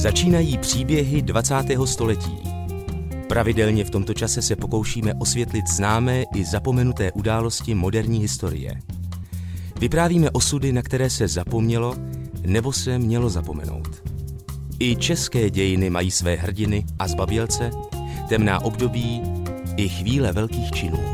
Začínají příběhy 20. století. Pravidelně v tomto čase se pokoušíme osvětlit známé i zapomenuté události moderní historie. Vyprávíme osudy, na které se zapomnělo nebo se mělo zapomenout. I české dějiny mají své hrdiny a zbabělce, temná období i chvíle velkých činů.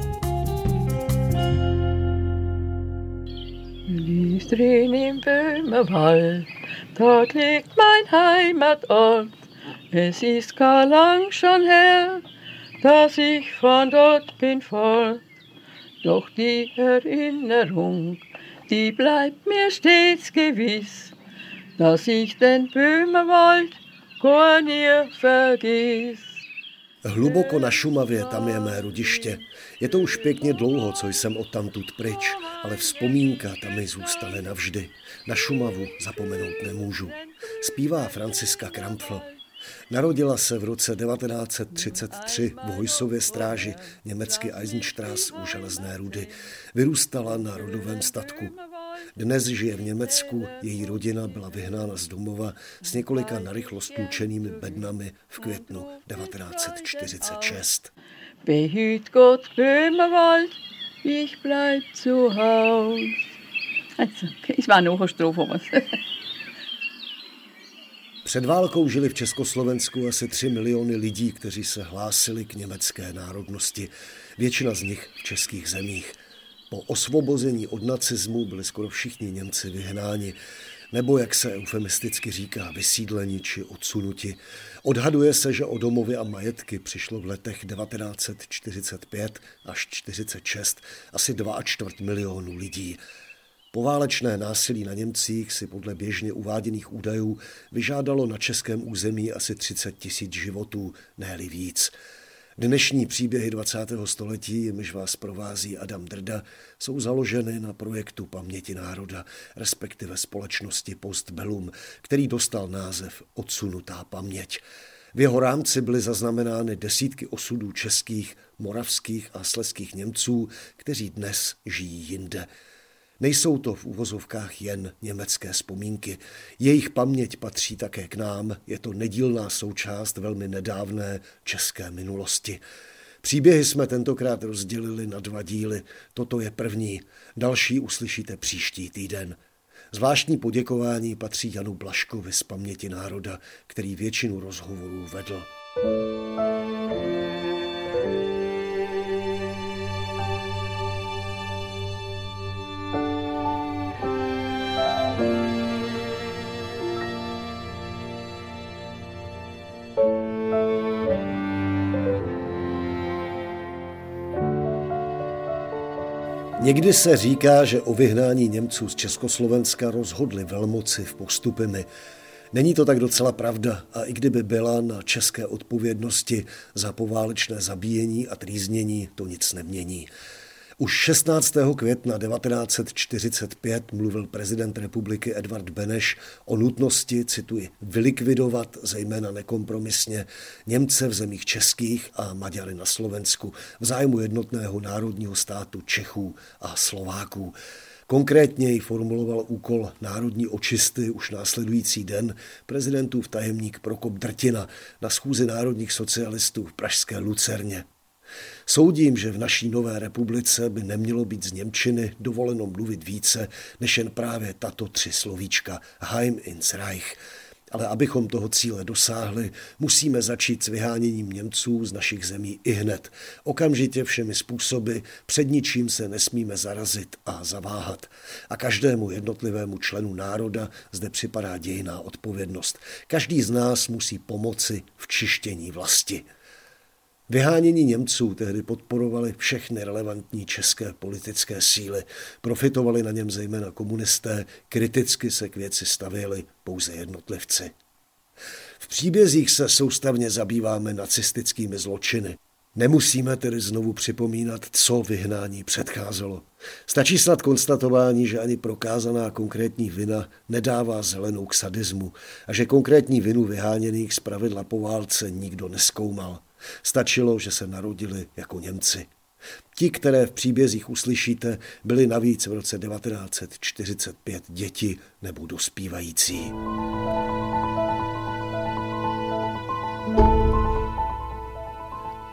Lief drin im Böhmerwald, dort liegt mein Heimatort. Es ist gar lang schon her, dass ich von dort bin fort. Doch die Erinnerung, die bleibt mir stets gewiss, dass ich den Böhmerwald gar nie vergiss. Hluboko na Šumavě, tam je mé rodiště. Je to už pěkně dlouho, co jsem odtamtud pryč, ale vzpomínka tam mi zůstane navždy. Na Šumavu zapomenout nemůžu. Zpívá Franciska Krampfl. Narodila se v roce 1933 v Hojsově Stráži, německy Eisenstraße u Železné rudy. Vyrůstala na rodovém statku. Dnes žije v Německu, její rodina byla vyhnána z domova s několika narychlo stlučenými bednami v květnu 1946. Behüt Gott Böhmerwald, ich bleib zu Haus. Also, ich war noch eine Strophe. Před válkou žili v Československu asi 3 miliony lidí, kteří se hlásili k německé národnosti. Většina z nich v českých zemích. Po osvobození od nacismu byli skoro všichni Němci vyhnáni, nebo jak se eufemisticky říká, vysídleni či odsunuti. Odhaduje se, že o domovy a majetky přišlo v letech 1945 až 1946 asi 2,25 milionu lidí. Poválečné násilí na Němcích si podle běžně uváděných údajů vyžádalo na českém území asi 30 000 životů, ne-li víc. Dnešní příběhy 20. století, jimiž vás provází Adam Drda, jsou založeny na projektu Paměti národa, respektive společnosti Postbellum, který dostal název Odsunutá paměť. V jeho rámci byly zaznamenány desítky osudů českých, moravských a slezských Němců, kteří dnes žijí jinde. Nejsou to v uvozovkách jen německé vzpomínky. Jejich paměť patří také k nám, je to nedílná součást velmi nedávné české minulosti. Příběhy jsme tentokrát rozdělili na 2 díly. Toto je první, další uslyšíte příští týden. Zvláštní poděkování patří Janu Blažkovi z Paměti národa, který většinu rozhovorů vedl. Někdy se říká, že o vyhnání Němců z Československa rozhodly velmoci v Postupimi. Není to tak docela pravda a i kdyby byla, na české odpovědnosti za poválečné zabíjení a trýznění to nic nemění. Už 16. května 1945 mluvil prezident republiky Edvard Beneš o nutnosti, cituji, vylikvidovat, zejména nekompromisně, Němce v zemích českých a Maďary na Slovensku v zájmu jednotného národního státu Čechů a Slováků. Konkrétněji formuloval úkol národní očisty už následující den prezidentův tajemník Prokop Drtina na schůzi národních socialistů v pražské Lucerně. Soudím, že v naší nové republice by nemělo být z němčiny dovoleno mluvit více než jen právě tato 3 slovíčka Heim ins Reich. Ale abychom toho cíle dosáhli, musíme začít s vyháněním Němců z našich zemí ihned. Okamžitě všemi způsoby, před ničím se nesmíme zarazit a zaváhat. A každému jednotlivému členu národa zde připadá dějinná odpovědnost. Každý z nás musí pomoci v čištění vlasti. Vyhánění Němců tehdy podporovali všechny relevantní české politické síly. Profitovali na něm zejména komunisté, kriticky se k věci stavěli pouze jednotlivci. V příbězích se soustavně zabýváme nacistickými zločiny. Nemusíme tedy znovu připomínat, co vyhnání předcházelo. Stačí snad konstatování, že ani prokázaná konkrétní vina nedává zelenou k sadismu a že konkrétní vinu vyháněných zpravidla po válce nikdo nezkoumal. Stačilo, že se narodili jako Němci. Ti, které v příbězích uslyšíte, byli navíc v roce 1945 děti nebo dospívající.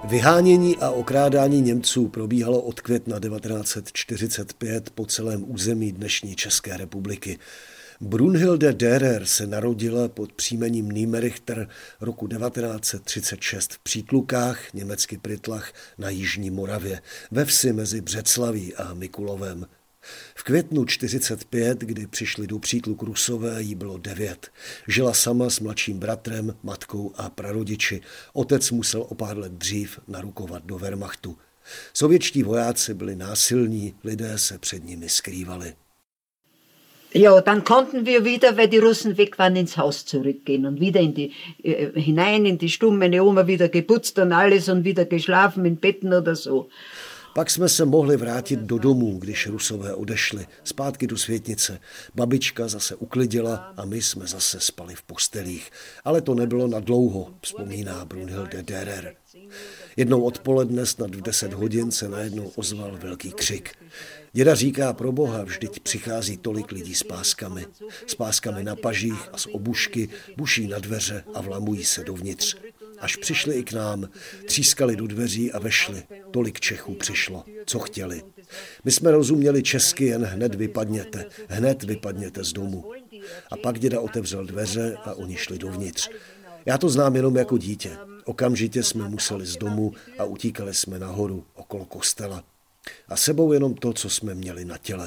Vyhánění a okrádání Němců probíhalo od května 1945 po celém území dnešní České republiky. Brunhilde Derer se narodila pod příjmením Niemerichter roku 1936 v Přítlukách, německy Pritlach, na jižní Moravě, ve vsi mezi Břeclaví a Mikulovem. V květnu 1945, kdy přišli do Přítluk Rusové, jí bylo 9. Žila sama s mladším bratrem, matkou a prarodiči. Otec musel o pár let dřív narukovat do Wehrmachtu. Sovětští vojáci byli násilní, lidé se před nimi skrývali. Ja, dann konnten wir wieder, weil die Russen weg waren, ins Haus zurückgehen und wieder hinein in die Stube. Meine Oma wieder geputzt und alles und wieder geschlafen in Betten oder so. Pak jsme se mohli vrátit do domů, když Rusové odešli, zpátky do světnice. Babička zase uklidila a my jsme zase spali v postelích. Ale to nebylo na dlouho, vzpomíná Brunhilde Derer. Jednou odpoledne snad v 10 hodin se najednou ozval velký křik. Děda říká, proboha, vždyť přichází tolik lidí s páskami na pažích a s obušky, buší na dveře a vlamují se dovnitř. Až přišli i k nám, třískali do dveří a vešli. Tolik Čechů přišlo, co chtěli. My jsme rozuměli česky jen hned vypadněte z domu. A pak děda otevřel dveře a oni šli dovnitř. Já to znám jenom jako dítě. Okamžitě jsme museli z domu a utíkali jsme nahoru okolo kostela. A sebou jenom to, co jsme měli na těle.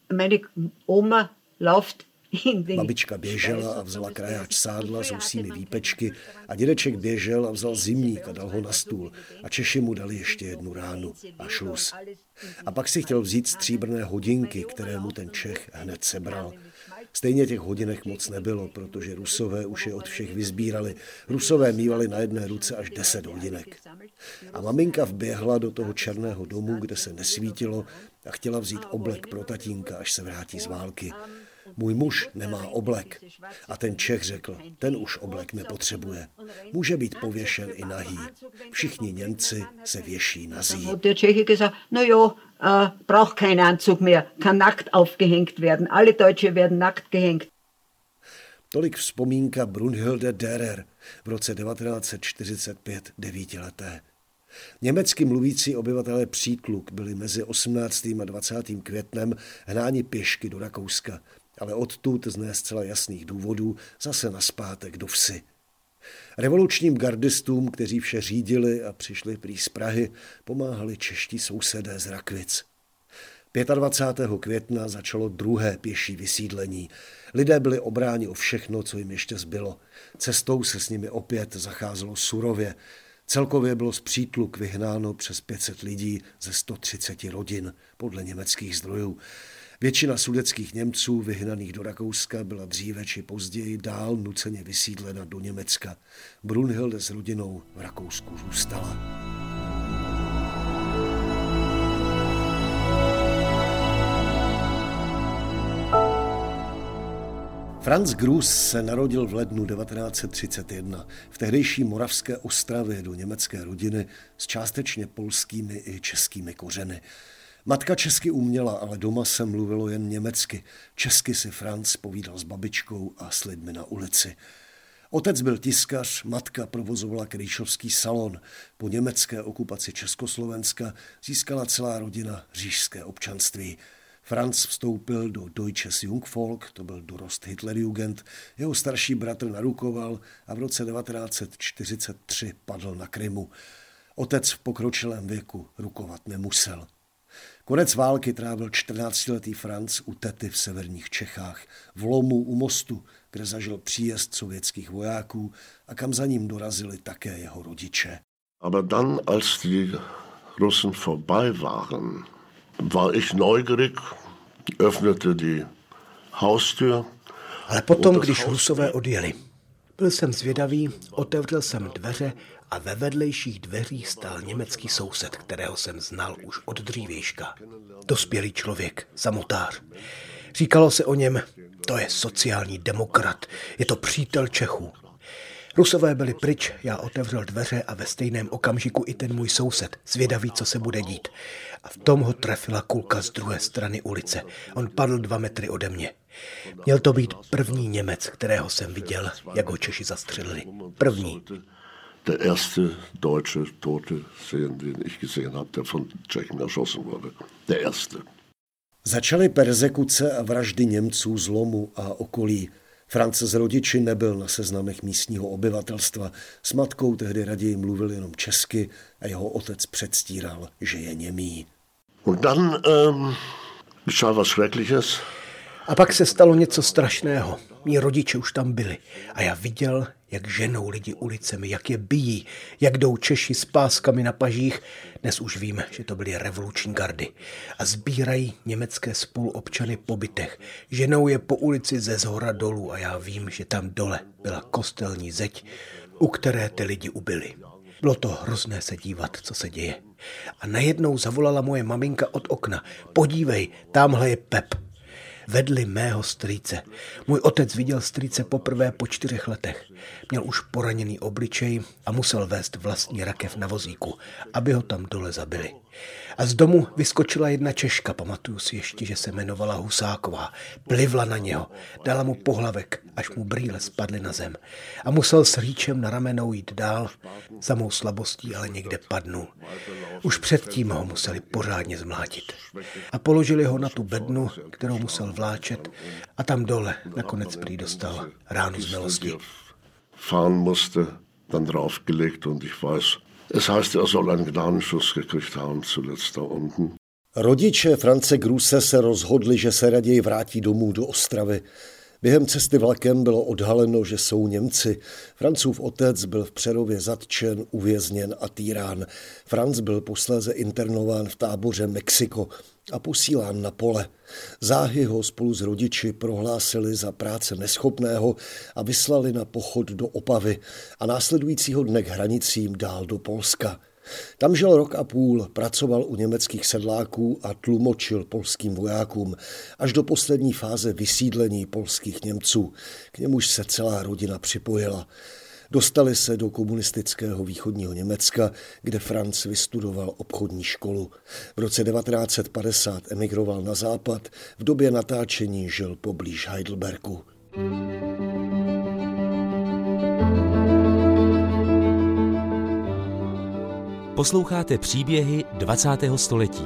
Babička běžela a vzala krajáč sádla s husími výpečky a dědeček běžel a vzal zimník a dal ho na stůl. A Češi mu dali ještě jednu ránu a šluz. A pak si chtěl vzít stříbrné hodinky, které mu ten Čech hned sebral. Stejně těch hodinek moc nebylo, protože Rusové už je od všech vyzbírali. Rusové mívali na jedné ruce až 10 hodinek. A maminka vběhla do toho černého domu, kde se nesvítilo, a chtěla vzít oblek pro tatínka, až se vrátí z války. Můj muž nemá oblek. A ten Čech řekl, ten už oblek nepotřebuje. Může být pověšen i nahý. Všichni Němci se věší nazí. Der Tscheche gesagt, no jo, braucht keinen Anzug mehr, kann nackt aufgehängt werden. Alle Deutsche werden nackt gehängt. Tolik vzpomínka Brunhilde Derer v roce 1945 9leté. Německy mluvící obyvatelé Přítluk byli mezi 18. a 20. květnem hnáni pěšky do Rakouska, ale odtud z ne zcela jasných důvodů zase nazpátek do vsi. Revolučním gardistům, kteří vše řídili a přišli prý z Prahy, pomáhali čeští sousedé z Rakvic. 25. května začalo druhé pěší vysídlení. Lidé byli obráni o všechno, co jim ještě zbylo. Cestou se s nimi opět zacházelo surově. Celkově bylo z Přítluk vyhnáno přes 500 lidí ze 130 rodin, podle německých zdrojů. Většina sudetských Němců vyhnaných do Rakouska byla dříve či později dál nuceně vysídlena do Německa. Brunhilde s rodinou v Rakousku zůstala. Franz Grus se narodil v lednu 1931 v tehdejší moravské Ostravě do německé rodiny s částečně polskými i českými kořeny. Matka česky uměla, ale doma se mluvilo jen německy. Česky si Franz povídal s babičkou a s lidmi na ulici. Otec byl tiskař, matka provozovala krýšovský salon. Po německé okupaci Československa získala celá rodina říšské občanství. Franz vstoupil do Deutsches Jungvolk, to byl dorost Hitlerjugend, jeho starší bratr narukoval a v roce 1943 padl na Krymu. Otec v pokročilém věku rukovat nemusel. Konec války trávil 14letý Franz u tety v severních Čechách, v Lomu u mostu, kde zažil příjezd sovětských vojáků a kam za ním dorazili také jeho rodiče. Aber dann, als die Russen vorbei waren, war ich neugierig, öffnete die Haustür. Ale potom, když Rusové odjeli, byl jsem zvědavý, otevřel jsem dveře a ve vedlejších dveřích stál německý soused, kterého jsem znal už od dřívějška. Dospělý člověk, samotář. Říkalo se o něm, to je sociální demokrat, je to přítel Čechů. Rusové byli pryč, já otevřel dveře a ve stejném okamžiku i ten můj soused, zvědavý, co se bude dít. A v tom ho trefila kulka z druhé strany ulice. On padl 2 metry ode mě. Měl to být první Němec, kterého jsem viděl, jak ho Češi zastřelili. První. der erste deutsche Tote sehen, den ich gesehen habe, der von Tschechen erschossen wurde. Der erste. Začaly perzekuce a vraždy Němců z Lomu a okolí. Franz s rodiči nebyl na seznamech místního obyvatelstva. S matkou tehdy raději mluvil jenom česky a jeho otec předstíral, že je němý. Und dann geschah was Schreckliches. A pak se stalo něco strašného. Mí rodiče už tam byli a já viděl, jak ženou lidi ulicemi, jak je bijí, jak jdou Češi s páskami na pažích. Dnes už vím, že to byly revoluční gardy. A sbírají německé spoluobčany po bytech. Ženou je po ulici ze zhora dolů a já vím, že tam dole byla kostelní zeď, u které ty lidi ubili. Bylo to hrozné se dívat, co se děje. A najednou zavolala moje maminka od okna. Podívej, tamhle je Pep. Vedli mého strýce. Můj otec viděl strýce poprvé po 4 letech. Měl už poraněný obličej a musel vést vlastní rakev na vozíku, aby ho tam dole zabili. A z domu vyskočila jedna Češka, pamatuju si ještě, že se jmenovala Husáková. Plivla na něho, dala mu pohlavek, až mu brýle spadly na zem. A musel s rýčem na ramenou jít dál, za mou slabostí ale někde padnul. Už předtím ho museli pořádně zmlátit. A položili ho na tu bednu, kterou musel vláčet, a tam dole nakonec prý dostal ránu z milosti. Fahren musste, dann draufgelegt und ich weiß, es heißt, er soll einen Gnadenschuss gekriegt haben, zuletzt da unten. Rodiče France Gruse se rozhodli, že se raději vrátí domů do Ostravy. Během cesty vlakem bylo odhaleno, že jsou Němci. Francův otec byl v Přerově zatčen, uvězněn a týrán. Franz byl posléze internován v táboře Mexiko a posílán na pole. Záhy ho spolu s rodiči prohlásili za práce neschopného a vyslali na pochod do Opavy a následujícího dne k hranicím dál do Polska. Tam žil 1,5 roku, pracoval u německých sedláků a tlumočil polským vojákům až do poslední fáze vysídlení polských Němců. K němuž se celá rodina připojila. Dostali se do komunistického východního Německa, kde Franz vystudoval obchodní školu. V roce 1950 emigroval na západ, v době natáčení žil poblíž Heidelbergu. Posloucháte příběhy 20. století.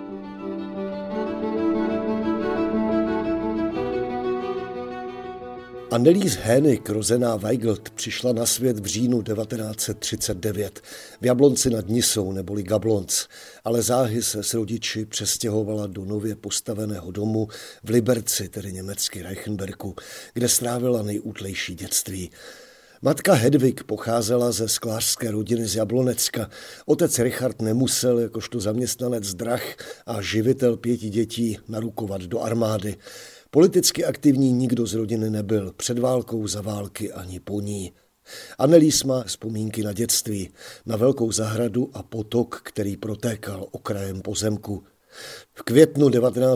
Annelies Hennig, rozená Weigelt, přišla na svět v říjnu 1939 v Jablonci nad Nisou neboli Gablonc, ale záhy se s rodiči přestěhovala do nově postaveného domu v Liberci, tedy německy Reichenbergu, kde strávila nejútlejší dětství. Matka Hedvig pocházela ze sklářské rodiny z Jablonecka. Otec Richard nemusel, jakožto zaměstnanec drah a živitel 5 dětí, narukovat do armády. Politicky aktivní nikdo z rodiny nebyl, před válkou, za války ani po ní. Annelies má vzpomínky na dětství, na velkou zahradu a potok, který protékal okrajem pozemku. V květnu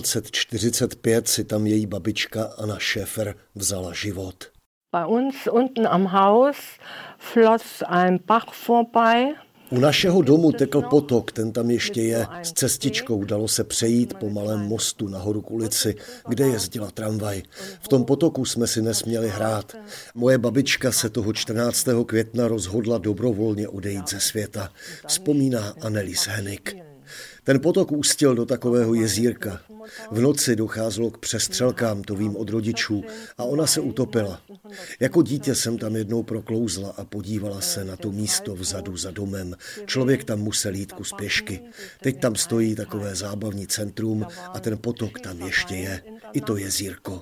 1945 si tam její babička Anna Schäfer vzala život. Bei uns unten am Haus floss ein Bach vorbei. U našeho domu tekl potok, ten tam ještě je. S cestičkou dalo se přejít po malém mostu nahoru k ulici, kde jezdila tramvaj. V tom potoku jsme si nesměli hrát. Moje babička se toho 14. května rozhodla dobrovolně odejít ze světa, vzpomíná Annelies Hennig. Ten potok ústil do takového jezírka. V noci docházelo k přestřelkám, to vím od rodičů, a ona se utopila. Jako dítě jsem tam jednou proklouzla a podívala se na to místo vzadu za domem. Člověk tam musel jít kus pěšky. Teď tam stojí takové zábavní centrum a ten potok tam ještě je. I to jezírko.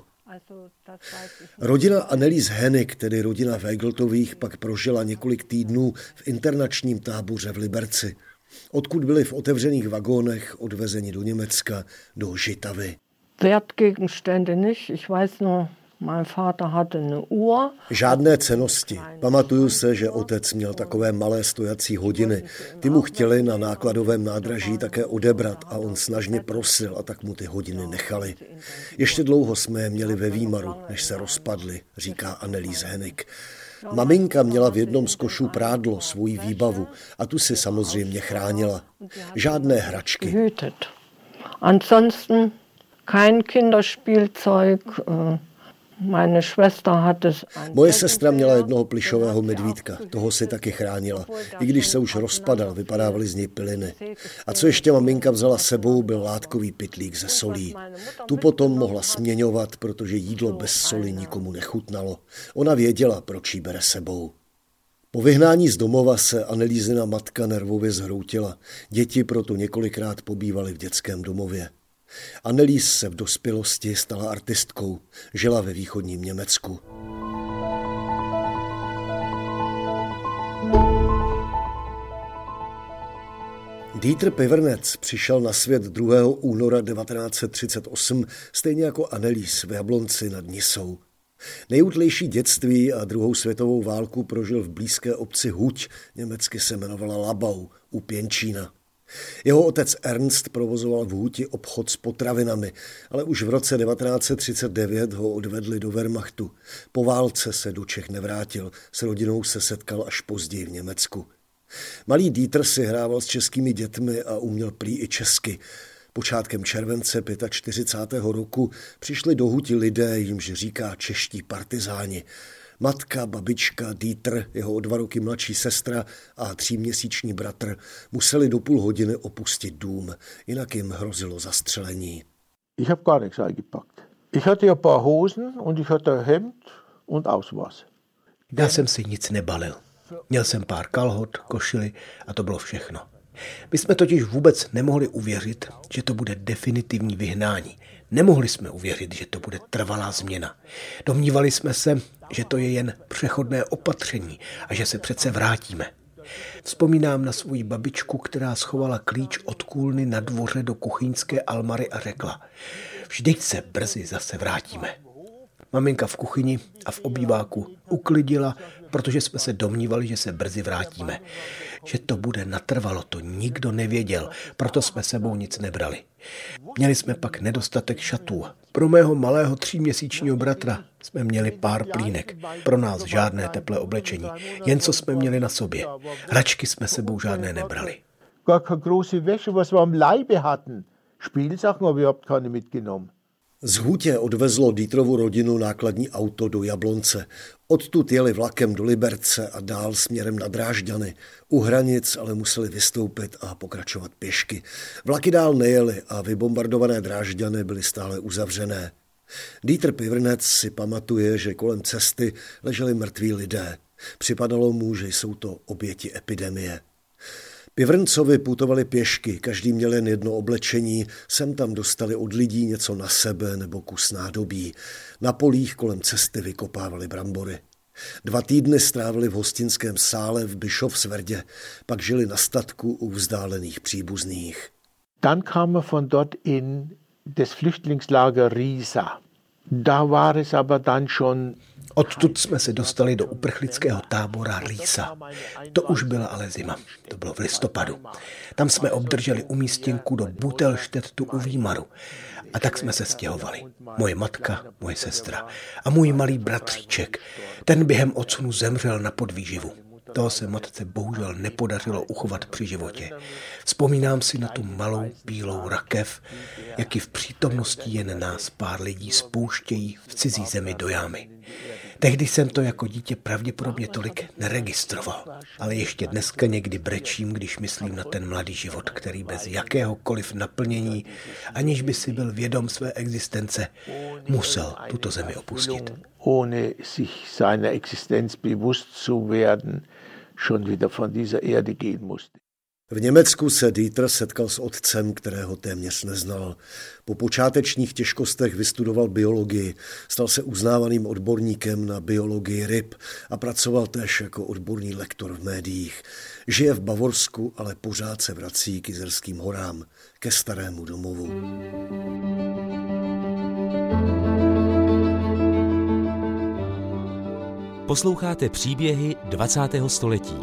Rodina Annelies Hennig, tedy rodina Weigeltových, pak prožila několik týdnů v internačním táboře v Liberci, odkud byli v otevřených vagónech odvezeni do Německa, do Žitavy. Wertgegenstände nicht, ich weiß nur, mein Vater hatte eine Uhr. Žádné cennosti. Pamatuju se, že otec měl takové malé stojací hodiny. Ty mu chtěli na nákladovém nádraží také odebrat a on snažně prosil a tak mu ty hodiny nechali. Ještě dlouho jsme je měli ve výmaru, než se rozpadly, říká Annelies Hennig. Maminka měla v jednom z košů prádlo, svoji výbavu, a tu si samozřejmě chránila. Žádné hračky. Ansonsten kein Kinderspielzeug, Moje sestra měla jednoho plyšového medvídka, toho si taky chránila. I když se už rozpadal, vypadávaly z něj pyliny. A co ještě maminka vzala sebou, byl látkový pytlík ze solí. Tu potom mohla směňovat, protože jídlo bez soli nikomu nechutnalo. Ona věděla, proč jí bere sebou. Po vyhnání z domova se Anneliesina matka nervově zhroutila. Děti proto několikrát pobývaly v dětském domově. Annelies se v dospělosti stala artistkou, žila ve východním Německu. Dieter Pivernec přišel na svět 2. února 1938, stejně jako Annelies v Jablonci nad Nisou. Nejútlejší dětství a druhou světovou válku prožil v blízké obci Huť, německy se jmenovala Labau, u Pěnčína. Jeho otec Ernst provozoval v Huti obchod s potravinami, ale už v roce 1939 ho odvedli do Wehrmachtu. Po válce se do Čech nevrátil, s rodinou se setkal až později v Německu. Malý Dieter si hrával s českými dětmi a uměl prý i česky. Počátkem července 45. roku přišli do Huti lidé, jimž říká čeští partizáni. Matka, babička, Dieter, jeho o 2 roky mladší sestra a 3měsíční bratr museli do půl hodiny opustit dům, jinak jim hrozilo zastřelení. Ich habe gar nichts eingepackt. Ich hatte ein paar Hosen und ich hatte ein Hemd und Auswas. Já jsem si nic nebalil. Měl jsem pár kalhot, košily a to bylo všechno. My jsme totiž vůbec nemohli uvěřit, že to bude definitivní vyhnání. Nemohli jsme uvěřit, že to bude trvalá změna. Domnívali jsme se, že to je jen přechodné opatření a že se přece vrátíme. Vzpomínám na svoji babičku, která schovala klíč od kůlny na dvoře do kuchyňské almary a řekla: vždyť se brzy zase vrátíme. Maminka v kuchyni a v obýváku uklidila, protože jsme se domnívali, že se brzy vrátíme. Že to bude natrvalo, to nikdo nevěděl, proto jsme sebou nic nebrali. Měli jsme pak nedostatek šatů. Pro mého malého 3měsíčního bratra jsme měli pár plínek. Pro nás žádné teplé oblečení, jen co jsme měli na sobě. Hračky jsme sebou žádné nebrali. Gar keine große Wäsche, was wir am Leibe hatten. Spielsachen habe ich überhaupt keine mitgenommen. Z Hutě odvezlo Dieterovu rodinu nákladní auto do Jablonce. Odtud jeli vlakem do Liberce a dál směrem na Drážďany. U hranic ale museli vystoupit a pokračovat pěšky. Vlaky dál nejeli a vybombardované Drážďany byly stále uzavřené. Dieter Pivernec si pamatuje, že kolem cesty leželi mrtví lidé. Připadalo mu, že jsou to oběti epidemie. Pivrncovi putovali pěšky, každý měl jen jedno oblečení, sem tam dostali od lidí něco na sebe nebo kus nádobí. Na polích kolem cesty vykopávali brambory. 2 týdny strávili v hostinském sále v Bischofswerdě, pak žili na statku u vzdálených příbuzných. Dann kamen wir von dort in das Flüchtlingslager Riesa. Da war es aber dann schon. Odtud jsme se dostali do uprchlického tábora Riesa. To už byla ale zima, to bylo v listopadu. Tam jsme obdrželi umístěnku do Butelštettu u Výmaru. A tak jsme se stěhovali. Moje matka, moje sestra a můj malý bratříček. Ten během odsunu zemřel na podvýživu. Toho se matce bohužel nepodařilo uchovat při životě. Vzpomínám si na tu malou bílou rakev, jak i v přítomnosti jen nás pár lidí spouštějí v cizí zemi do jámy. Tehdy jsem to jako dítě pravděpodobně tolik neregistroval, ale ještě dneska někdy brečím, když myslím na ten mladý život, který bez jakéhokoliv naplnění, aniž by si byl vědom své existence, musel tuto zemi opustit. Ohne sich seiner Existenz bewusst zu werden, schon wieder von dieser Erde gehen musste. V Německu se Dieter setkal s otcem, kterého téměř neznal. Po počátečních těžkostech vystudoval biologii, stal se uznávaným odborníkem na biologii ryb a pracoval též jako odborný lektor v médiích. Žije v Bavorsku, ale pořád se vrací k Jizerským horám, ke starému domovu. Posloucháte příběhy 20. století.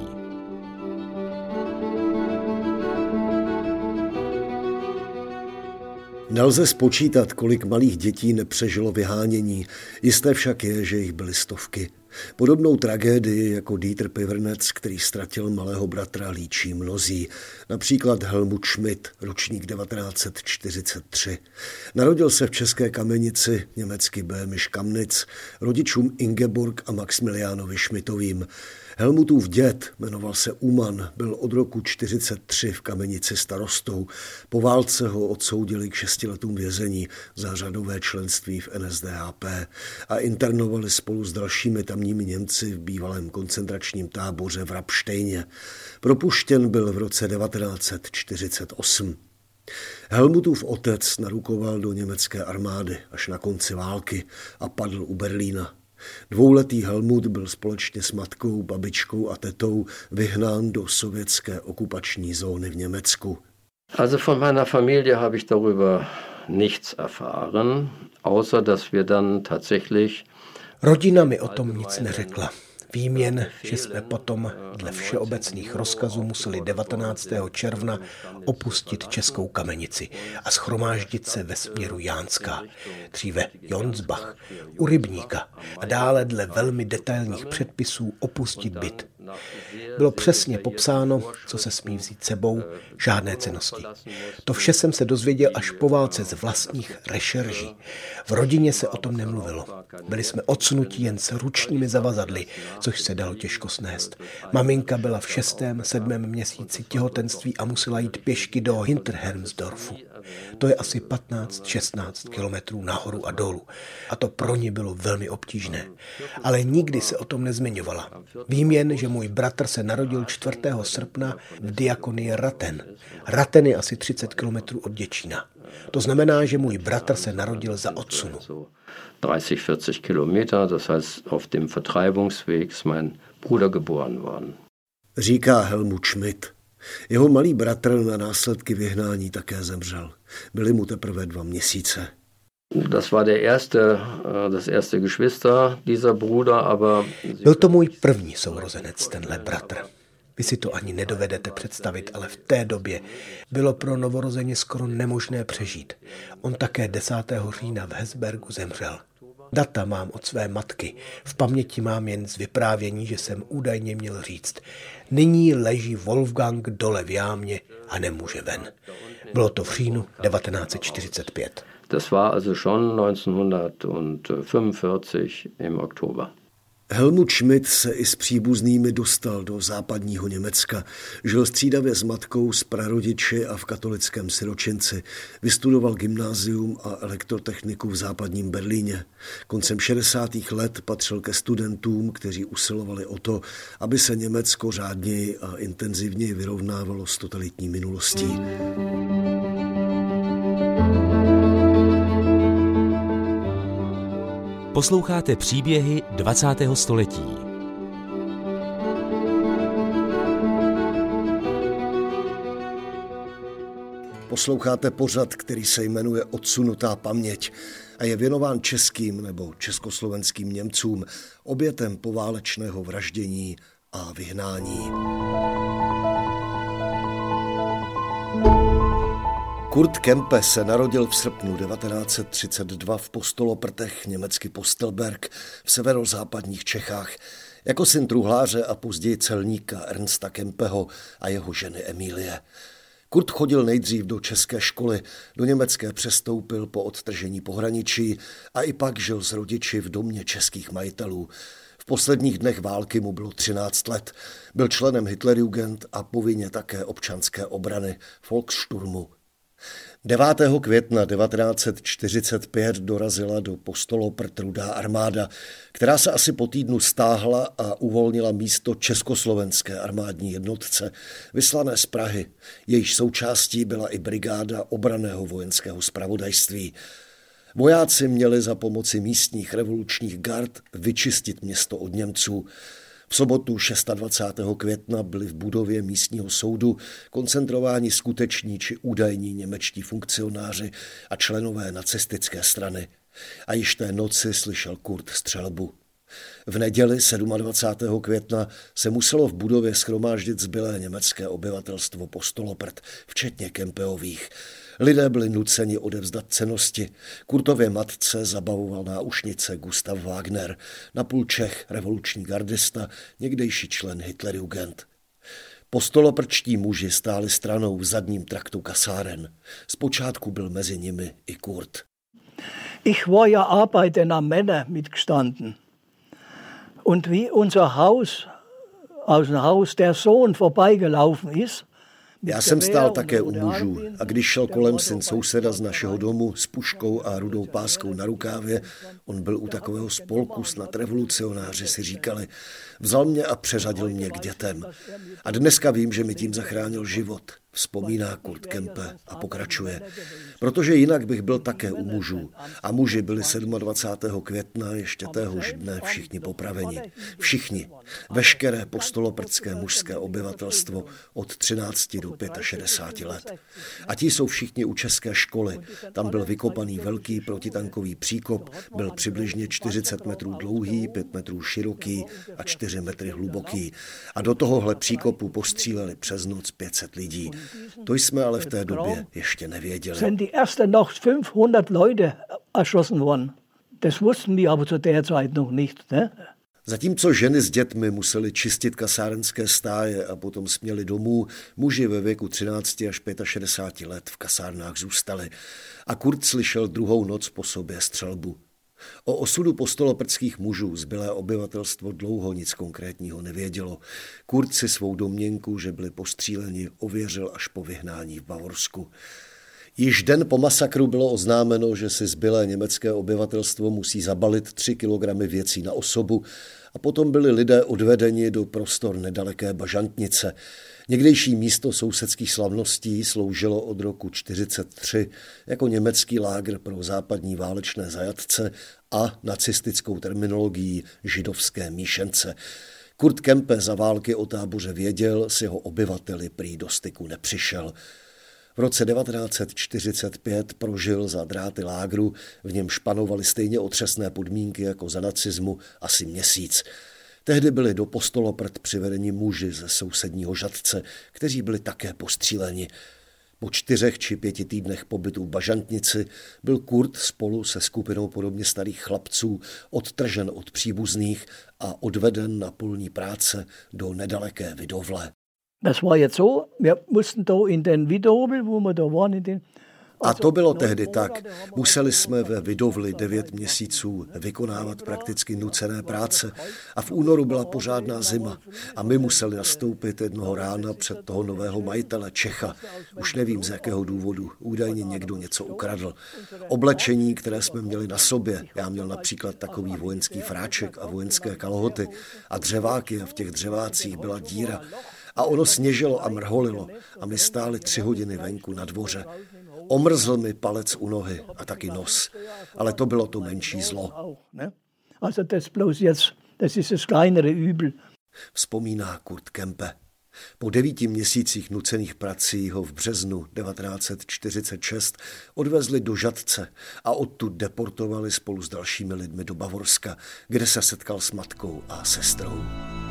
Nelze spočítat, kolik malých dětí nepřežilo vyhánění. Jisté však je, že jich byly stovky. Podobnou tragédii jako Dieter Pivernec, který ztratil malého bratra, líčí mnozí. Například Helmut Schmidt, ročník 1943. Narodil se v České Kamenici, německy Böhmisch Kamnitz, rodičům Ingeborg a Maximiliánovi Schmidtovým. Helmutův děd, jmenoval se Uman, byl od roku 1943 v Kamenici starostou. Po válce ho odsoudili k 6 letům vězení za řadové členství v NSDAP a internovali spolu s dalšími tamními Němci v bývalém koncentračním táboře v Rabštejně. Propuštěn byl v roce 1948. Helmutův otec narukoval do německé armády až na konci války a padl u Berlína. Dvouletý Helmut byl společně s matkou, babičkou a tetou vyhnán do sovětské okupační zóny v Německu. Also von meiner Familie habe ich darüber nichts erfahren, außer dass wir dann tatsächlich. Rodina mi o tom nic neřekla. Vím jen, že jsme potom dle všeobecných rozkazů museli 19. června opustit Českou Kamenici a shromáždit se ve směru Jánská, dříve Jonsbach, u Rybníka a dále dle velmi detailních předpisů opustit byt. Bylo přesně popsáno, co se smí vzít sebou, žádné cennosti. To vše jsem se dozvěděl až po válce z vlastních rešerží. V rodině se o tom nemluvilo. Byli jsme odsunutí jen s ručními zavazadly, což se dalo těžko snést. Maminka byla v 6., 7. měsíci těhotenství a musela jít pěšky do Hinterhermsdorfu. To je asi 15-16 kilometrů nahoru a dolů. A to pro ně bylo velmi obtížné. Ale nikdy se o tom nezmiňovala. Vím jen, že můj bratr se narodil 4. srpna v diakonii Raten. Raten je asi 30 kilometrů od Děčína. To znamená, že můj bratr se narodil za odsunu. 30-40 Kilometer, das heißt, auf dem Vertreibungsweg ist mein Bruder geboren worden. Říká Helmut Schmidt. Jeho malý bratr na následky vyhnání také zemřel. Byly mu teprve 2 měsíce. Das war das erste Geschwister dieser Bruder, aber byl to můj první sourozenec, tenhle bratr. Vy si to ani nedovedete představit, ale v té době bylo pro novorozeně skoro nemožné přežít. On také 10. října v Hesbergu zemřel. Data mám od své matky. V paměti mám jen z vyprávění, že jsem údajně měl říct: nyní leží Wolfgang dole v jámě a nemůže ven. Bylo to v říjnu 1945. Das war also schon 1945 im Oktober. Helmut Schmidt se i s příbuznými dostal do západního Německa. Žil střídavě s matkou, s prarodiči a v katolickém siročinci. Vystudoval gymnázium a elektrotechniku v západním Berlíně. Koncem 60. let patřil ke studentům, kteří usilovali o to, aby se Německo řádněji a intenzivněji vyrovnávalo s totalitní minulostí. Posloucháte příběhy 20. století. Posloucháte pořad, který se jmenuje Odsunutá paměť a je věnován českým nebo československým Němcům, obětem poválečného vraždění a vyhnání. Kurt Kempe se narodil v srpnu 1932 v Postoloprtech, německy Postelberg, v severozápadních Čechách, jako syn truhláře a později celníka Ernsta Kempeho a jeho ženy Emílie. Kurt chodil nejdřív do české školy, do německé přestoupil po odtržení pohraničí a i pak žil s rodiči v domě českých majitelů. V posledních dnech války mu bylo 13 let. Byl členem Hitlerjugend a povinně také občanské obrany Volkssturmu. 9. května 1945 dorazila do Postoloprt Rudá armáda, která se asi po týdnu stáhla a uvolnila místo československé armádní jednotce, vyslané z Prahy. Jejíž součástí byla i brigáda obranného vojenského zpravodajství. Vojáci měli za pomoci místních revolučních gard vyčistit město od Němců. V sobotu 26. května byli v budově místního soudu koncentrováni skuteční či údajní němečtí funkcionáři a členové nacistické strany. A již té noci slyšel Kurt střelbu. V neděli 27. května se muselo v budově shromáždit zbylé německé obyvatelstvo Postoloprt, včetně Kempeových. Lidé byli nuceni odevzdat cennosti. Kurtově matce zabavoval náušnice Gustav Wagner, napůl Čech, revoluční gardista, někdejší člen Hitlerjugend. Postoloprčtí muži stáli stranou v zadním traktu kasáren. Zpočátku byl mezi nimi i Kurt. Ich war ja Arbeiter am Männer mitgestanden. Und wie unser Haus, aus dem Haus der Sohn vorbeigelaufen ist. Já jsem stál také u mužů a když šel kolem syn souseda z našeho domu s puškou a rudou páskou na rukávě, on byl u takového spolku, snad revolucionáři si říkali, vzal mě a přeřadil mě k dětem. A dneska vím, že mi tím zachránil život, vzpomíná Kurt Kempe a pokračuje. Protože jinak bych byl také u mužů. A muži byli 27. května ještě téhož dne všichni popraveni. Všichni. Veškeré postoloprcké mužské obyvatelstvo od 13 do 65 let. A ti jsou všichni u české školy. Tam byl vykopaný velký protitankový příkop, byl přibližně 40 metrů dlouhý, 5 metrů široký a 4 metry hluboký. A do tohohle příkopu postříleli přes noc 500 lidí. To jsme ale v té době ještě nevěděli. Sind die ersten noch 500 Leute erschossen worden. Das wussten die aber zu der Zeit noch nicht, ne? Zatímco ženy s dětmi museli čistit kasárenské stáje a potom směli domů, muži ve věku 13 až 65 let v kasárnách zůstali. A Kurt slyšel druhou noc po sobě střelbu. O osudu postoloprckých mužů zbylé obyvatelstvo dlouho nic konkrétního nevědělo. Kurt si svou domněnku, že byli postříleni, ověřil až po vyhnání v Bavorsku. Již den po masakru bylo oznámeno, že si zbylé německé obyvatelstvo musí zabalit 3 kilogramy věcí na osobu a potom byli lidé odvedeni do prostor nedaleké Bažantnice. Někdejší místo sousedských slavností sloužilo od roku 1943 jako německý lágr pro západní válečné zajatce a nacistickou terminologií židovské míšence. Kurt Kempe za války o táboře věděl, s jeho obyvateli prý do styku nepřišel. V roce 1945 prožil za dráty lágru, v němž panovaly stejně otřesné podmínky jako za nacismu, asi měsíc. Tehdy byli do Postoloprt přivedeni muži ze sousedního Žatce, kteří byli také postříleni. Po 4 či 5 týdnech pobytu v Bažantnici byl Kurt spolu se skupinou podobně starých chlapců odtržen od příbuzných a odveden na polní práce do nedaleké Vidovle. Das war jetzt so, wir mussten da in den Vidovl, wo wir da waren, in den... A to bylo tehdy tak. Museli jsme ve Vidovli 9 měsíců vykonávat prakticky nucené práce a v únoru byla pořádná zima a my museli nastoupit jednoho rána před toho nového majitele Čecha. Už nevím z jakého důvodu, údajně někdo něco ukradl. Oblečení, které jsme měli na sobě, já měl například takový vojenský fráček a vojenské kalhoty a dřeváky a v těch dřevácích byla díra. A ono sněžilo a mrholilo a my stáli 3 hodiny venku na dvoře. Omrzl mi palec u nohy a taky nos, ale to bylo to menší zlo. Vzpomíná Kurt Kempe. Po 9 měsících nucených prací ho v březnu 1946 odvezli do Žatce a odtud deportovali spolu s dalšími lidmi do Bavorska, kde se setkal s matkou a sestrou.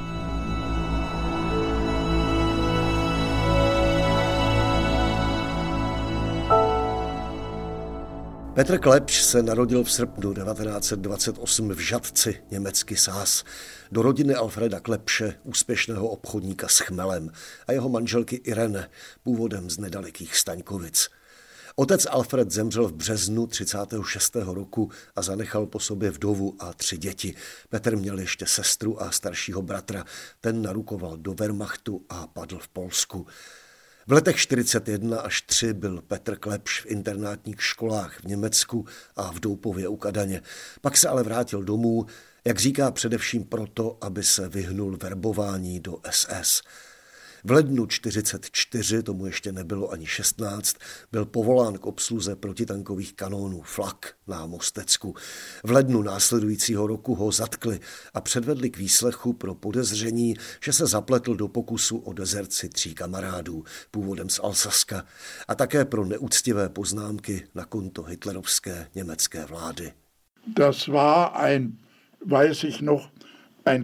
Petr Klepš se narodil v srpnu 1928 v Žatci, německy Sás, do rodiny Alfreda Klepše, úspěšného obchodníka s chmelem, a jeho manželky Irene, původem z nedalekých Staňkovic. Otec Alfred zemřel v březnu 36. roku a zanechal po sobě vdovu a 3 děti. Petr měl ještě sestru a staršího bratra, ten narukoval do Wehrmachtu a padl v Polsku. V letech 41 až 3 byl Petr Klepš v internátních školách v Německu a v Doupově u Kadaně. Pak se ale vrátil domů, jak říká, především proto, aby se vyhnul verbování do SS. V lednu 1944, tomu ještě nebylo ani 16, byl povolán k obsluze protitankových kanónů Flak na Mostecku. V lednu následujícího roku ho zatkli a předvedli k výslechu pro podezření, že se zapletl do pokusu o dezerci 3 kamarádů, původem z Alsaska, a také pro neúctivé poznámky na konto hitlerovské německé vlády. Das war weiß ich noch, ein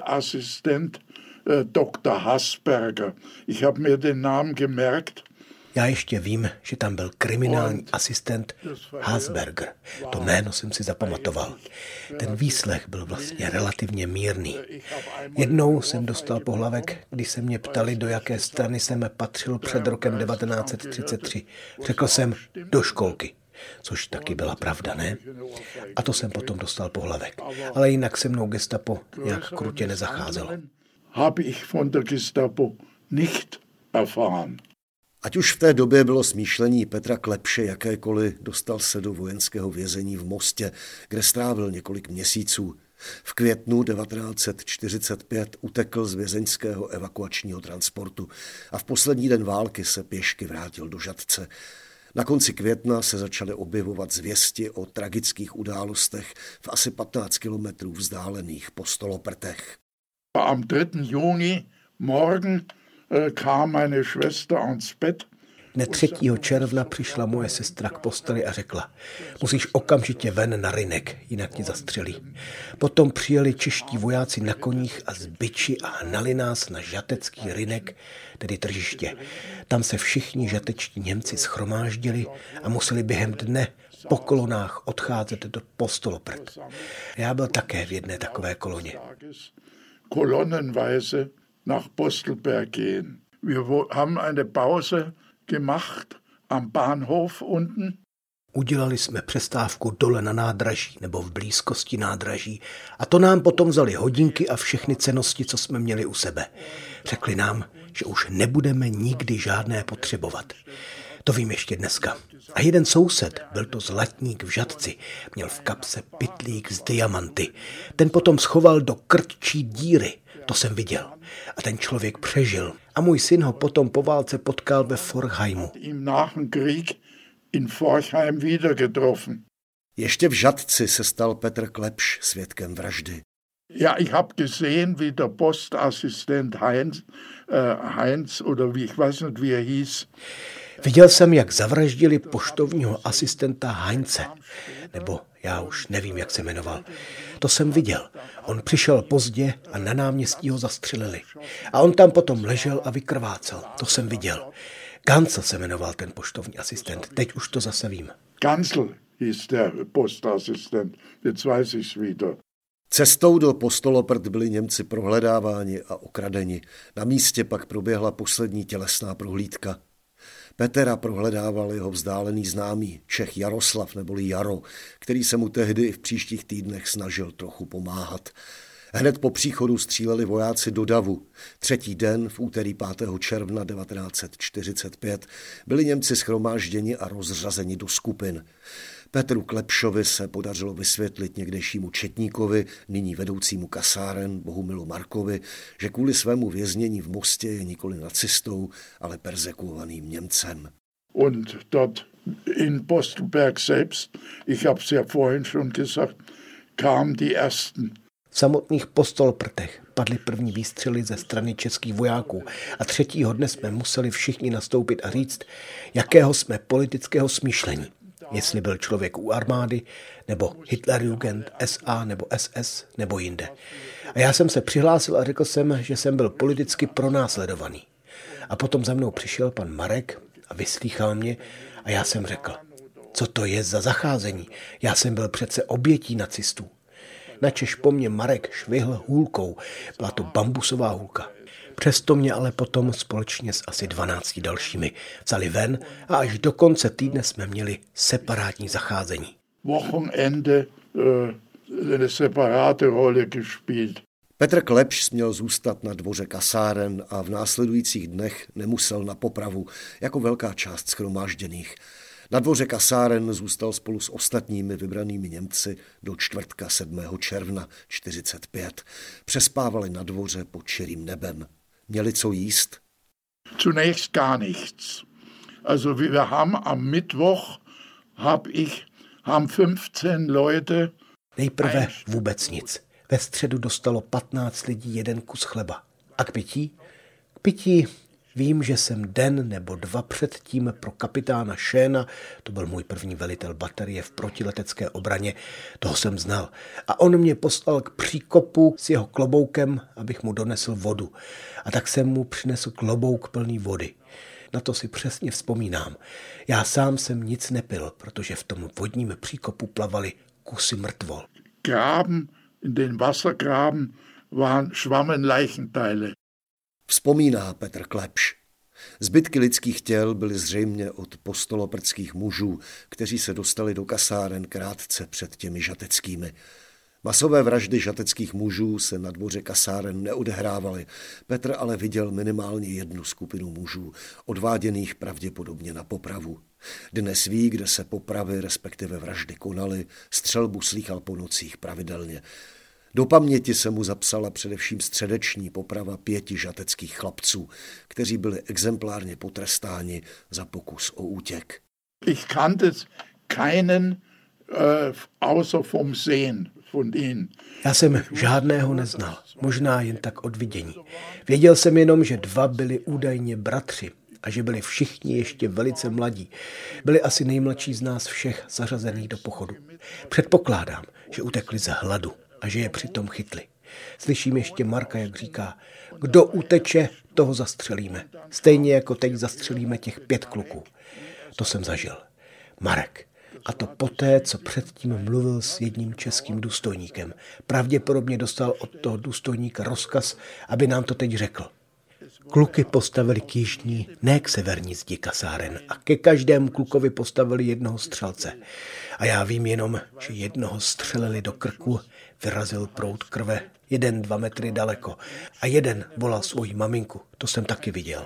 Kriminalassistent, Dr. Hasberger. Ich habe mir den Namen gemerkt. Já ještě vím, že tam byl kriminální asistent Hasberger. To jméno jsem si zapamatoval. Ten výslech byl vlastně relativně mírný. Jednou jsem dostal pohlavek, když se mě ptali, do jaké strany jsem patřil před rokem 1933. Řekl jsem do školky. Což taky byla pravda, ne? A to jsem potom dostal pohlavek. Ale jinak se mnou gestapo nějak krutě nezacházelo. Habe ich von der Gestapo nicht erfahren. Ať už v té době bylo smýšlení Petra Klepše jakékoliv, dostal se do vojenského vězení v Mostě, kde strávil několik měsíců. V květnu 1945 utekl z vězeňského evakuačního transportu a v poslední den války se pěšky vrátil do Žatce. Na konci května se začaly objevovat zvěsti o tragických událostech v asi 15 kilometrů vzdálených Postoloprtech. Am 3. Juni morgen kam meine Schwester ans Bett. Dne 3. června přišla moje sestra k posteli a řekla: musíš okamžitě ven na rynek, jinak tě zastřelí. Potom přijeli čeští vojáci na koních a s biči a hnali nás na žatecký rynek, tedy tržiště. Tam se všichni žatečtí Němci shromáždili a museli během dne po kolonách odcházet do Postoloprt. Já byl také v jedné takové koloně. Kolonnenweise nach Postelberg gehen. Wir haben eine Pause gemacht am Bahnhof unten. Udělali jsme přestávku dole na nádraží nebo v blízkosti nádraží a to nám potom vzali hodinky a všechny cennosti, co jsme měli u sebe. Řekli nám, že už nebudeme nikdy žádné potřebovat. To vím ještě dneska. A jeden soused, byl to zlatník v Žatci, měl v kapse pytlík z diamanty. Ten potom schoval do krtčí díry. To jsem viděl. A ten člověk přežil. A můj syn ho potom po válce potkal ve Forchheimu. Im nach dem Krieg in Forchheim wieder getroffen. Ještě v Žatci se stal Petr Klepš svědkem vraždy. Ja, ich habe gesehen, wie der Postassistent Heinz oder wie ich weiß nicht, wie hieß. Viděl jsem, jak zavraždili poštovního asistenta Heinze, nebo já už nevím, jak se jmenoval. To jsem viděl. On přišel pozdě a na náměstí ho zastřelili. A on tam potom ležel a vykrvácel. To jsem viděl. Gansl se jmenoval ten poštovní asistent. Teď už to zase vím. Gansl hieß der Postassistent. Jetzt weiß ich's wieder. Cestou do Postoloprt byli Němci prohledáváni a okradeni. Na místě pak proběhla poslední tělesná prohlídka. Petera prohledával jeho vzdálený známý Čech Jaroslav neboli Jaro, který se mu tehdy i v příštích týdnech snažil trochu pomáhat. Hned po příchodu stříleli vojáci do davu. Třetí den, v úterý 5. června 1945, byli Němci shromážděni a rozřazeni do skupin. Petru Klepšovi se podařilo vysvětlit někdejšímu četníkovi, nyní vedoucímu kasáren Bohumilu Markovi, že kvůli svému věznění v Mostě je nikoli nacistou, ale perzekuovaným Němcem. Und dort in Postelberg selbst, ich habe es ja vorhin schon gesagt, kamen die ersten. V samotných Postoloprtech padly první výstřely ze strany českých vojáků a 3. dne jsme museli všichni nastoupit a říct, jakého jsme politického smýšlení. Jestli byl člověk u armády, nebo Hitlerjugend, SA nebo SS, nebo jinde. A já jsem se přihlásil a řekl jsem, že jsem byl politicky pronásledovaný. A potom za mnou přišel pan Marek a vyslýchal mě a já jsem řekl, co to je za zacházení? Já jsem byl přece obětí nacistů. Načež po mně Marek švihl hůlkou, byla to bambusová hůlka. Přesto mě ale potom společně s asi 12 dalšími vzali ven a až do konce týdne jsme měli separátní zacházení. Wochenende eine separate Rolle gespielt. Petr Klepš směl zůstat na dvoře kasáren a v následujících dnech nemusel na popravu, jako velká část shromážděných. Na dvoře kasáren zůstal spolu s ostatními vybranými Němci do čtvrtka 7. června 1945. Přespávali na dvoře pod širým nebem. Měli co jíst? Zunächst gar nichts. Also wir haben am Mittwoch haben 15 Leute. Nejprve vůbec nic. Ve středu dostalo 15 lidí jeden kus chleba. A k pití? K pití vím, že jsem den nebo dva předtím pro kapitána Šéna, to byl můj první velitel baterie v protiletecké obraně, toho jsem znal. A on mě poslal k příkopu s jeho kloboukem, abych mu donesl vodu. A tak jsem mu přinesl klobouk plný vody. na to si přesně vzpomínám. Já sám jsem nic nepil, protože v tom vodním příkopu plavaly kusy mrtvol. Graben, in den Wassergraben schwammen Leichenteile. Vzpomíná Petr Klepš. Zbytky lidských těl byly zřejmě od postoloprtských mužů, kteří se dostali do kasáren krátce před těmi žateckými. Masové vraždy žateckých mužů se na dvoře kasáren neodehrávaly. Petr ale viděl minimálně jednu skupinu mužů, odváděných pravděpodobně na popravu. Dnes ví, kde se popravy, respektive vraždy konaly, střelbu slýchal po nocích pravidelně. Do paměti se mu zapsala především středeční poprava 5 žateckých chlapců, kteří byli exemplárně potrestáni za pokus o útěk. Ich kannte keinen außer vom Sehen von ihnen. Já jsem žádného neznal, možná jen tak od vidění. Věděl jsem jenom, že 2 byli údajně bratři a že byli všichni ještě velice mladí. Byli asi nejmladší z nás všech zařazených do pochodu. Předpokládám, že utekli z hladu a že je přitom chytli. Slyším ještě Marka, jak říká, kdo uteče, toho zastřelíme. Stejně jako teď zastřelíme těch 5 kluků. To jsem zažil. Marek. A to poté, co předtím mluvil s jedním českým důstojníkem. Pravděpodobně dostal od toho důstojníka rozkaz, aby nám to teď řekl. Kluky postavili k jižní, ne k severní zdi kasáren a ke každému klukovi postavili jednoho střelce. A já vím jenom, že jednoho střelili do krku, vyrazil proud krve, 1-2 metry daleko a jeden volal svoji maminku, to jsem taky viděl.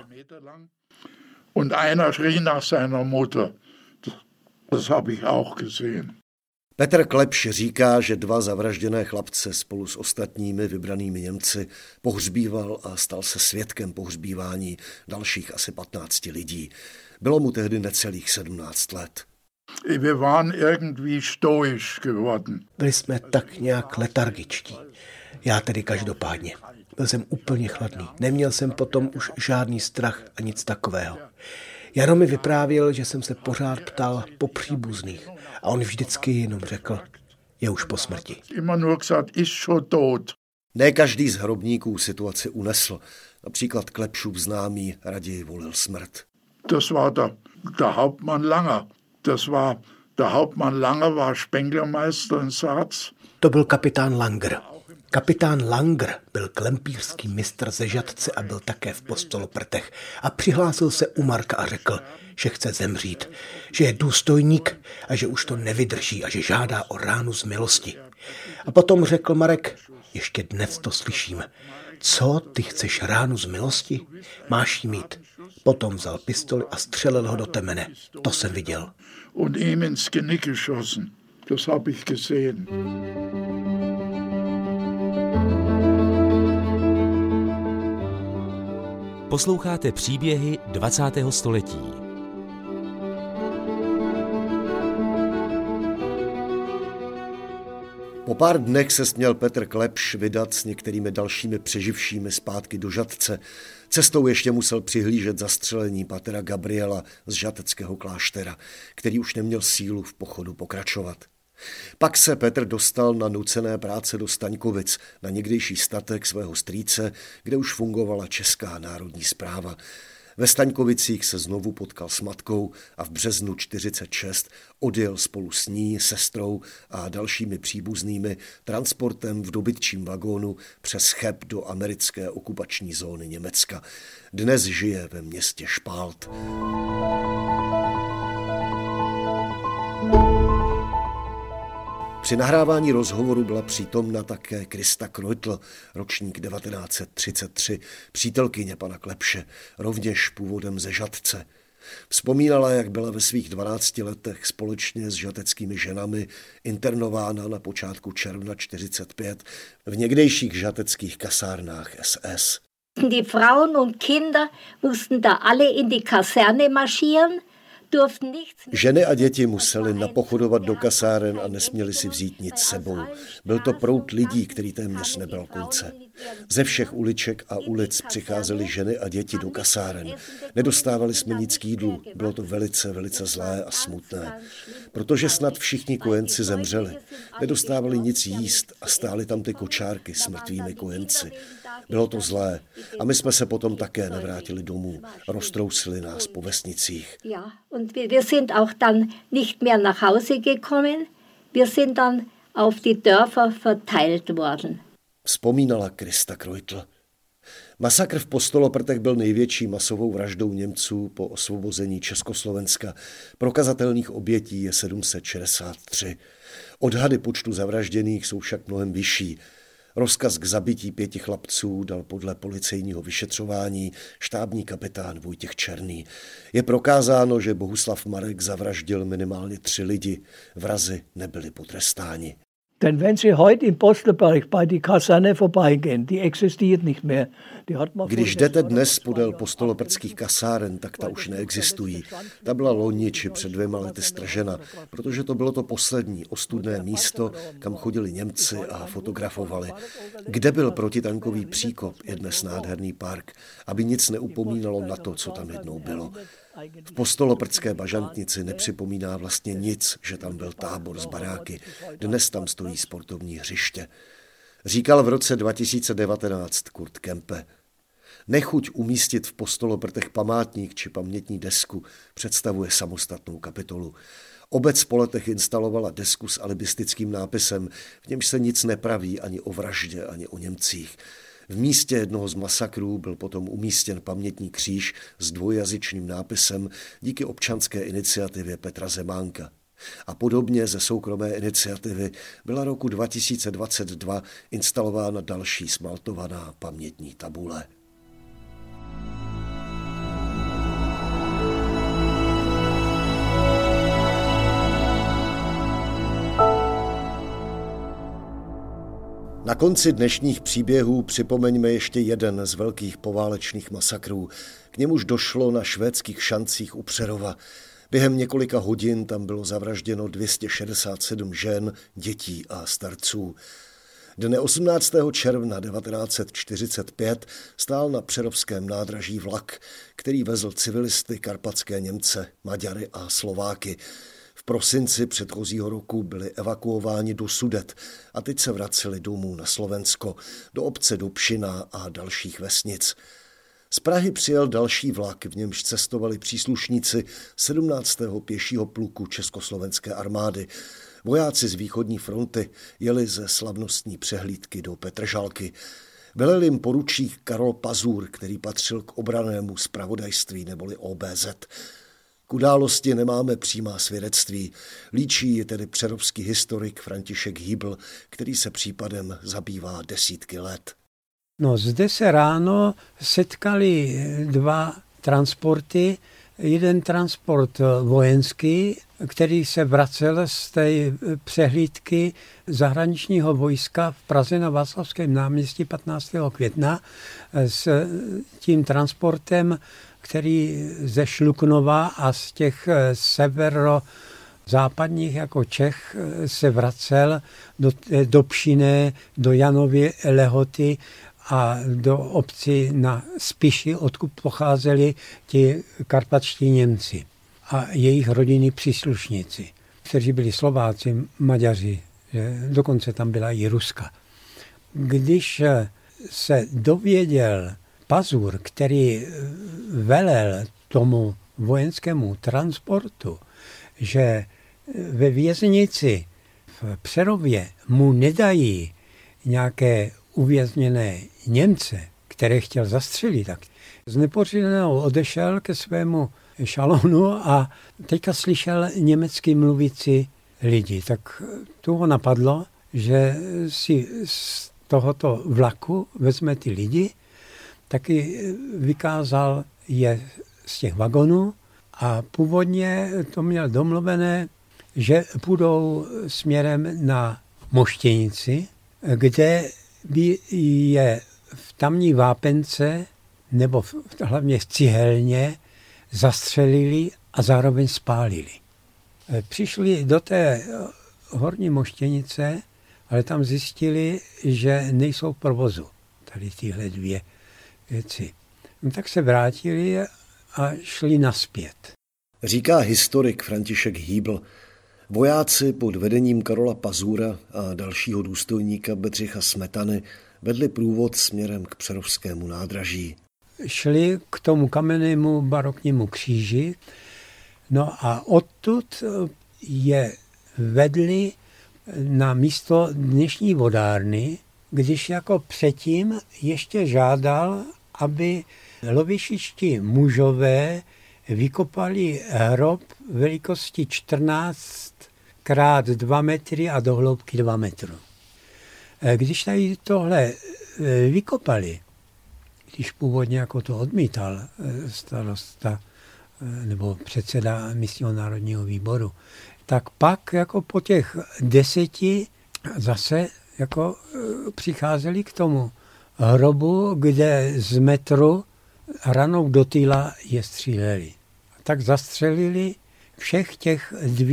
Und einer schrie nach seiner Mutter. Das habe ich auch gesehen. Petr Klepš říká, že 2 zavražděné chlapce spolu s ostatními vybranými Němci pohřbíval a stal se svědkem pohřbívání dalších asi 15 lidí. Bylo mu tehdy necelých 17 let. Wir waren irgendwie stoisch geworden. Byli jsme tak nějak letargičtí. Já tedy každopádně. Byl jsem úplně chladný. Neměl jsem potom už žádný strach a nic takového. Jaro mi vyprávěl, že jsem se pořád ptal po příbuzných a on vždycky jenom řekl, je už po smrti. Ne každý z hrobníků situaci unesl. Například Klepšův známý raději volil smrt. Das war der Hauptmann Langer. Der Hauptmann Langer war Spenglermeister in Sarz. To byl kapitán Langer. Kapitán Langer byl klempířský mistr ze Žatce a byl také v Postoloprtech a přihlásil se u Marka a řekl, že chce zemřít, že je důstojník a že už to nevydrží a že žádá o ránu z milosti. A potom řekl Marek, ještě dnes to slyším, co, ty chceš ránu z milosti? Máš jí mít. Potom vzal pistoli a střelil ho do temene. To jsem viděl. Und ihm ins Genick geschossen. Das habe ich gesehen. Posloucháte příběhy 20. století. Po pár dnech se směl Petr Klepš vydat s některými dalšími přeživšími zpátky do Žatce. Cestou ještě musel přihlížet zastřelení patera Gabriela z žateckého kláštera, který už neměl sílu v pochodu pokračovat. Pak se Petr dostal na nucené práce do Staňkovic, na někdejší statek svého strýce, kde už fungovala Česká národní správa. Ve Staňkovicích se znovu potkal s matkou a v březnu 1946 odjel spolu s ní, sestrou a dalšími příbuznými transportem v dobytčím vagónu přes Cheb do americké okupační zóny Německa. Dnes žije ve městě Špalt. Při nahrávání rozhovoru byla přítomna také Krista Kreutl, ročník 1933, přítelkyně pana Klepše, rovněž původem ze Žatce. Vzpomínala, jak byla ve svých 12 letech společně s žateckými ženami internována na počátku června 1945 v někdejších žateckých kasárnách SS. Die Frauen und Kinder mussten da alle in die Kaserne marschieren. Ženy a děti museli napochodovat do kasáren a nesměli si vzít nic sebou. Byl to proud lidí, který téměř nebral konce. Ze všech uliček a ulic přicházely ženy a děti do kasáren. Nedostávali jsme nic k jídlu, bylo to velice, velice zlé a smutné. Protože snad všichni kojenci zemřeli. Nedostávali nic jíst a stály tam ty kočárky s mrtvými kojenci. Bylo to zlé a my jsme se potom také nevrátili domů. Roztrousili nás po vesnicích. Ja, und wir sind auch dann nicht mehr nach Hause gekommen. Wir sind dann auf die Dörfer verteilt worden. Vzpomínala Krista Kreutl. Masakr v Postoloprtech byl největší masovou vraždou Němců po osvobození Československa. Prokazatelných obětí je 763. Odhady počtu zavražděných jsou však mnohem vyšší. Rozkaz k zabití 5 chlapců dal podle policejního vyšetřování štábní kapitán Vojtěch Černý. Je prokázáno, že Bohuslav Marek zavraždil minimálně 3 lidi. Vrazi nebyli potrestáni. Denn wenn Sie heute im Postelberg bei die Kaserne vorbeigehen, die existiert nicht mehr. Když jdete dnes podél postoloprtských kasáren, tak ta už neexistují. Ta byla loni či před 2 lety stržena, protože to bylo to poslední ostudné místo, kam chodili Němci a fotografovali. Kde byl protitankový příkop, je dnes nádherný park, aby nic neupomínalo na to, co tam jednou bylo. V Postoloprtské bažantnici nepřipomíná vlastně nic, že tam byl tábor z baráky. Dnes tam stojí sportovní hřiště. Říkal v roce 2019 Kurt Kempe. Nechuť umístit v Postoloprtech památník či pamětní desku představuje samostatnou kapitolu. Obec po letech instalovala desku s alibistickým nápisem, v němž se nic nepraví ani o vraždě, ani o Němcích. V místě jednoho z masakrů byl potom umístěn pamětní kříž s dvojjazyčným nápisem díky občanské iniciativě Petra Zemánka. A podobně ze soukromé iniciativy byla roku 2022 instalována další smaltovaná pamětní tabule. Na konci dnešních příběhů připomeňme ještě jeden z velkých poválečných masakrů. K němuž došlo na švédských Šancích u Přerova. Během několika hodin tam bylo zavražděno 267 žen, dětí a starců. Dne 18. června 1945 stál na přerovském nádraží vlak, který vezl civilisty, karpatské Němce, Maďary a Slováky. V prosinci předchozího roku byli evakuováni do Sudet a teď se vraceli domů na Slovensko, do obce Dobšina a dalších vesnic. Z Prahy přijel další vlak, v němž cestovali příslušníci 17. pěšího pluku Československé armády. Vojáci z východní fronty jeli ze slavnostní přehlídky do Petržalky. Velel jim poručík Karol Pazur, který patřil k obrannému zpravodajství neboli OBZ. K události nemáme přímá svědectví. Líčí je tedy přerovský historik František Hýbl, který se případem zabývá desítky let. No, zde se ráno setkali 2 transporty. Jeden transport vojenský, který se vracel z té přehlídky zahraničního vojska v Praze na Václavském náměstí 15. května s tím transportem, který ze Šluknova a z těch severozápadních jako Čech se vracel do Dobšiny, do Janovy Lehoty a do obci na Spiši, odkud pocházeli ti karpatští Němci a jejich rodinní příslušníci, kteří byli Slováci, Maďaři, dokonce tam byla i Ruska. Když se dověděl Pazur, který velel tomu vojenskému transportu, že ve věznici v Přerově mu nedají nějaké uvězněné Němce, které chtěl zastřelit, tak znepořidenou odešel ke svému šalonu a teďka slyšel německy mluvící lidi. Tak tu ho napadlo, že si z tohoto vlaku vezme ty lidi, taky vykázal je z těch vagonů a původně to měl domluvené, že půjdou směrem na Moštěnici, kde by je v tamní vápence nebo hlavně v cihelně zastřelili a zároveň spálili. Přišli do té horní Moštěnice, ale tam zjistili, že nejsou v provozu. tady tyhle dvě věci. No, tak se vrátili a šli nazpět. Říká historik František Hýbl. Vojáci pod vedením Karola Pazura a dalšího důstojníka Bedřicha Smetany vedli průvod směrem k Přerovskému nádraží. Šli k tomu kamennému baroknímu kříži, no a odtud je vedli na místo dnešní vodárny, když jako předtím ještě žádal, aby lověšičtí mužové vykopali hrob velikosti 14 x 2 metry a do hloubky 2 metru. Když tady tohle vykopali, když původně jako to odmítal starosta nebo předseda místního národního výboru, tak pak jako po těch 10 zase jako přicházeli k tomu hrobu, kde z metru ranou do týla je stříleli. Tak zastřelili všech těch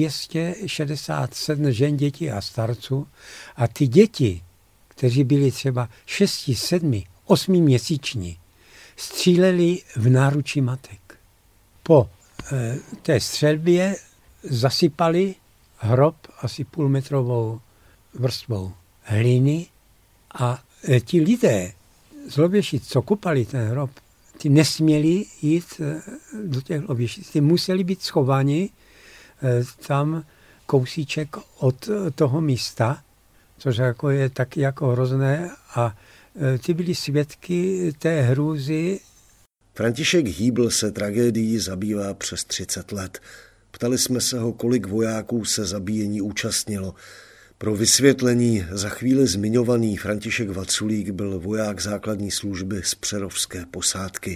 267 žen, dětí a starců a ty děti, kteří byli třeba 6, 7, 8 měsíční, stříleli v náručí matek. Po té střelbě zasypali hrob asi půlmetrovou vrstvou hliny a ti lidé z Lověšic, co kopali ten hrob, ty nesměli jít do těch Lověšic, ty museli být schováni tam kousíček od toho místa, což jako je taky jako hrozné a ty byli svědky té hrůzy. František Hýbl se tragédií zabývá přes 30 let. Ptali jsme se ho, kolik vojáků se zabíjení účastnilo. Pro vysvětlení za chvíli zmiňovaný František Vaculík byl voják základní služby z přerovské posádky.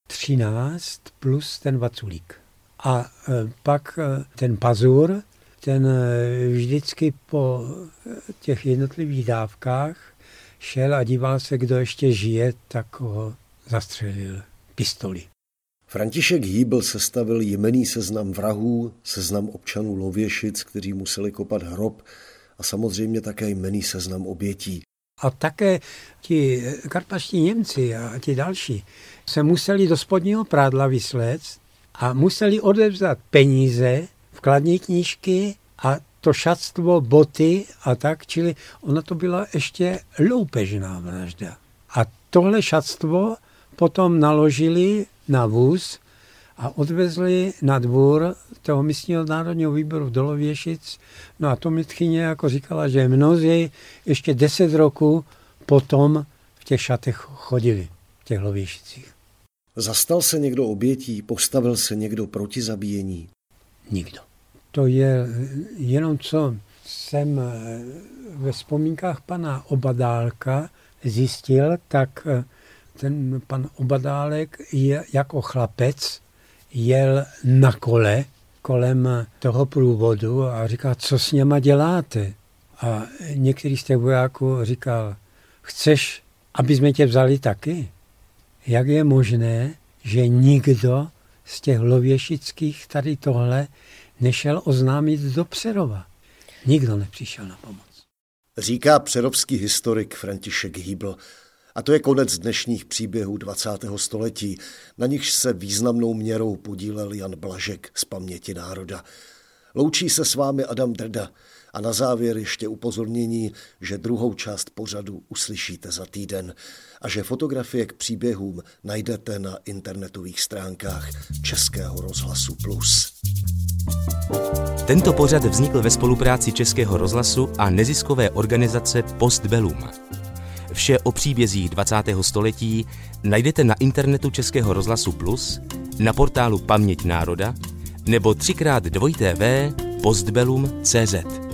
13 plus ten Vaculík. A pak ten Pazur, ten vždycky po těch jednotlivých dávkách šel a díval se, kdo ještě žije, tak ho zastřelil pistoli. František Hýbl sestavil jmenný seznam vrahů, seznam občanů Lověšic, kteří museli kopat hrob a samozřejmě také jmenný seznam obětí. A také ti karpatští Němci a ti další se museli do spodního prádla vysléct a museli odevzdat peníze, vkladní knížky a to šatstvo, boty a tak, čili ona to byla ještě loupežná vražda. A tohle šatstvo potom naložili na vůz a odvezli na dvůr toho místního národního výboru do Lověšic. No a to mi tchyně jako říkala, že mnozí ještě 10 roků potom v těch šatech chodili, v těch Lověšicích. Zastal se někdo obětí? Postavil se někdo proti zabíjení? Nikdo. To je jenom, co jsem ve vzpomínkách pana Obadálka zjistil, tak ten pan Obadálek je jako chlapec jel na kole kolem toho průvodu a říká, co s něma děláte? A některý z těch vojáků říkal, chceš, aby jsme tě vzali taky? Jak je možné, že nikdo z těch lověšických tady tohle nešel oznámit do Přerova? Nikdo nepřišel na pomoc. Říká přerovský historik František Hýbl. A to je konec dnešních příběhů 20. století, na nichž se významnou měrou podílel Jan Blažek z Paměti národa. Loučí se s vámi Adam Drda a na závěr ještě upozornění, že druhou část pořadu uslyšíte za týden a že fotografie k příběhům najdete na internetových stránkách Českého rozhlasu Plus. Tento pořad vznikl ve spolupráci Českého rozhlasu a neziskové organizace Postbellum. Vše o příbězích 20. století najdete na internetu Českého rozhlasu Plus, na portálu Paměť národa nebo 3x2tv postbellum.cz.